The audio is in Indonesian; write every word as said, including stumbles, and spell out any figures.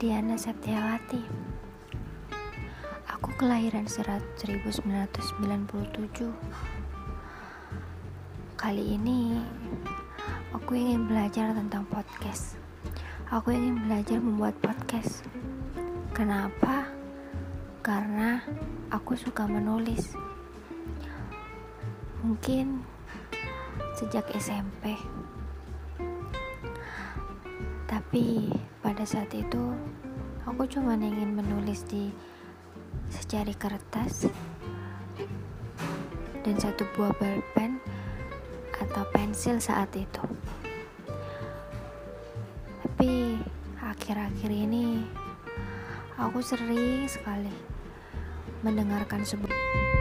Diana Septiawati. Aku kelahiran seribu sembilan ratus sembilan puluh tujuh. Kali ini aku ingin belajar tentang podcast. Aku ingin belajar membuat podcast. Kenapa? Karena aku suka menulis. Mungkin sejak S M P. Tapi pada saat itu aku cuma ingin menulis di secari kertas dan satu buah pulpen atau pensil saat itu. Tapi akhir-akhir ini aku sering sekali mendengarkan sebuah